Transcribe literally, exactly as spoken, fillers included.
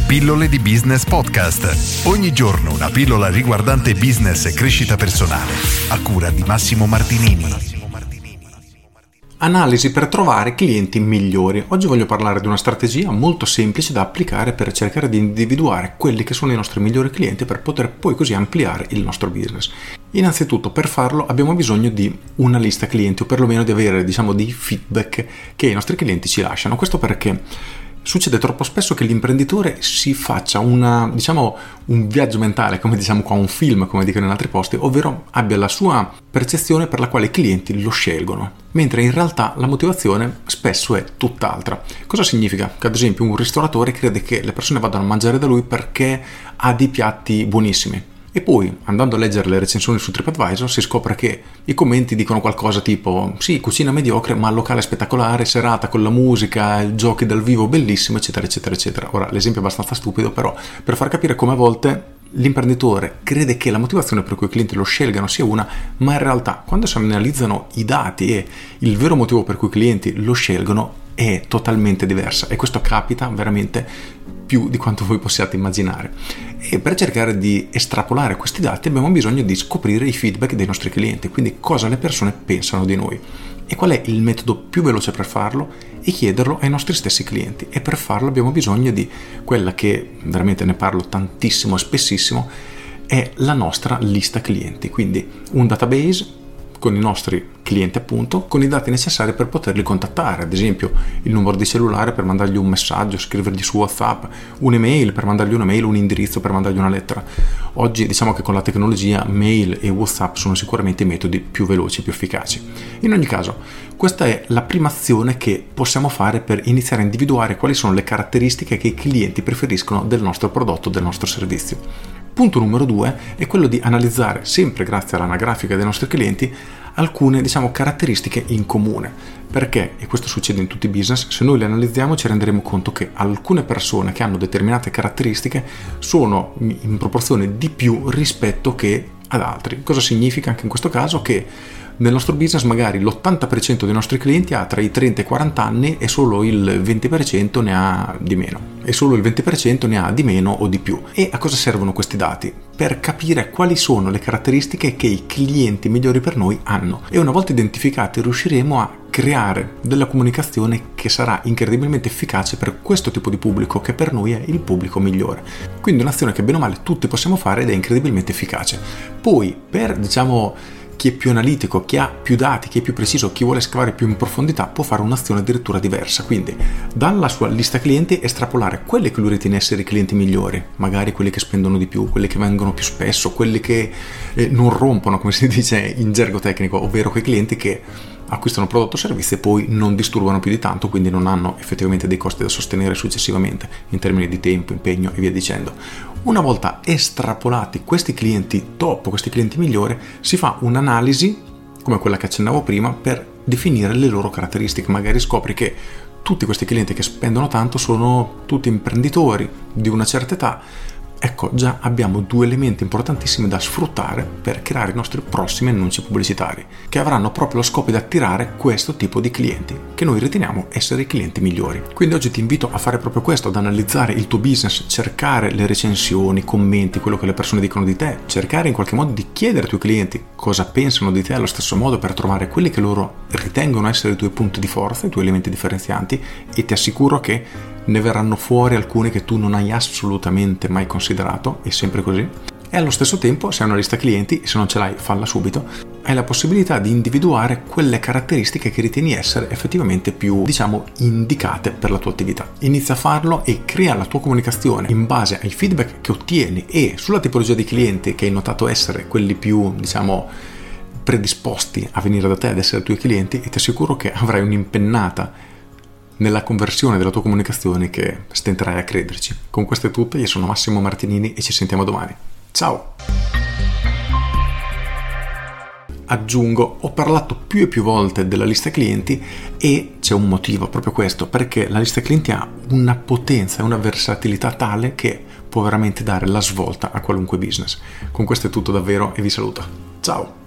Pillole di Business Podcast. Ogni giorno una pillola riguardante business e crescita personale. A cura di Massimo Martinini. Analisi per trovare clienti migliori. Oggi voglio parlare di una strategia molto semplice da applicare per cercare di individuare quelli che sono i nostri migliori clienti per poter poi così ampliare il nostro business. Innanzitutto, per farlo abbiamo bisogno di una lista clienti o perlomeno di avere, diciamo, dei feedback che i nostri clienti ci lasciano. Questo perché succede troppo spesso che l'imprenditore si faccia una, diciamo, un viaggio mentale, come diciamo qua, un film, come dicono in altri posti, ovvero abbia la sua percezione per la quale i clienti lo scelgono, mentre in realtà la motivazione spesso è tutt'altra. Cosa significa? Che ad esempio un ristoratore crede che le persone vadano a mangiare da lui perché ha dei piatti buonissimi. E poi, andando a leggere le recensioni su TripAdvisor, si scopre che i commenti dicono qualcosa tipo sì, cucina mediocre, ma locale spettacolare, serata con la musica, giochi dal vivo bellissimo, eccetera, eccetera, eccetera. Ora, l'esempio è abbastanza stupido, però per far capire come a volte l'imprenditore crede che la motivazione per cui i clienti lo scelgano sia una, ma in realtà, quando si analizzano i dati e il vero motivo per cui i clienti lo scelgono è totalmente diversa. E questo capita veramente più di quanto voi possiate immaginare. E per cercare di estrapolare questi dati abbiamo bisogno di scoprire i feedback dei nostri clienti, quindi cosa le persone pensano di noi e qual è il metodo più veloce per farlo, e chiederlo ai nostri stessi clienti. E per farlo abbiamo bisogno di quella che veramente ne parlo tantissimo e spessissimo, è la nostra lista clienti, quindi un database con i nostri clienti, appunto, con i dati necessari per poterli contattare, ad esempio il numero di cellulare per mandargli un messaggio, scrivergli su WhatsApp, un'email per mandargli un'email, un indirizzo per mandargli una lettera. Oggi diciamo che con la tecnologia mail e WhatsApp sono sicuramente i metodi più veloci, più efficaci. In ogni caso, questa è la prima azione che possiamo fare per iniziare a individuare quali sono le caratteristiche che i clienti preferiscono del nostro prodotto, del nostro servizio. Punto numero due è quello di analizzare, sempre grazie all'anagrafica dei nostri clienti, alcune, diciamo, caratteristiche in comune. Perché, e questo succede in tutti i business, se noi le analizziamo ci renderemo conto che alcune persone che hanno determinate caratteristiche sono in proporzione di più rispetto che ad altri. Cosa significa anche in questo caso? Che nel nostro business magari l'ottanta per cento dei nostri clienti ha tra i trenta e i quaranta anni e solo il venti per cento ne ha di meno, e solo il venti per cento ne ha di meno o di più. E a cosa servono questi dati? Per capire quali sono le caratteristiche che i clienti migliori per noi hanno, e una volta identificate riusciremo a creare della comunicazione che sarà incredibilmente efficace per questo tipo di pubblico, che per noi è il pubblico migliore. Quindi un'azione che bene o male tutti possiamo fare ed è incredibilmente efficace. Poi, per, diciamo, chi è più analitico, chi ha più dati, chi è più preciso, chi vuole scavare più in profondità, può fare un'azione addirittura diversa. Quindi dalla sua lista clienti estrapolare quelli che lui ritiene essere i clienti migliori, magari quelli che spendono di più, quelli che vengono più spesso, quelli che eh, non rompono, come si dice in gergo tecnico, ovvero quei clienti che acquistano prodotto o servizio e poi non disturbano più di tanto, quindi non hanno effettivamente dei costi da sostenere successivamente in termini di tempo, impegno e via dicendo. Una volta estrapolati questi clienti top, questi clienti migliori, si fa un'analisi come quella che accennavo prima per definire le loro caratteristiche. Magari scopri che tutti questi clienti che spendono tanto sono tutti imprenditori di una certa età. Ecco, già abbiamo due elementi importantissimi da sfruttare per creare i nostri prossimi annunci pubblicitari, che avranno proprio lo scopo di attirare questo tipo di clienti, che noi riteniamo essere i clienti migliori. Quindi oggi ti invito a fare proprio questo, ad analizzare il tuo business, cercare le recensioni, i commenti, quello che le persone dicono di te, cercare in qualche modo di chiedere ai tuoi clienti cosa pensano di te allo stesso modo, per trovare quelli che loro ritengono essere i tuoi punti di forza, i tuoi elementi differenzianti, e ti assicuro che ne verranno fuori alcuni che tu non hai assolutamente mai considerato, è sempre così. E allo stesso tempo, se hai una lista clienti, e se non ce l'hai falla subito, hai la possibilità di individuare quelle caratteristiche che ritieni essere effettivamente più, diciamo, indicate per la tua attività. Inizia a farlo e crea la tua comunicazione in base ai feedback che ottieni e sulla tipologia di clienti che hai notato essere quelli più, diciamo, predisposti a venire da te ad essere i tuoi clienti, e ti assicuro che avrai un'impennata nella conversione della tua comunicazione che stenterai a crederci. Con questo è tutto, io sono Massimo Martinini e ci sentiamo domani. Ciao! Aggiungo, ho parlato più e più volte della lista clienti e c'è un motivo, proprio questo, perché la lista clienti ha una potenza e una versatilità tale che può veramente dare la svolta a qualunque business. Con questo è tutto davvero e vi saluto. Ciao!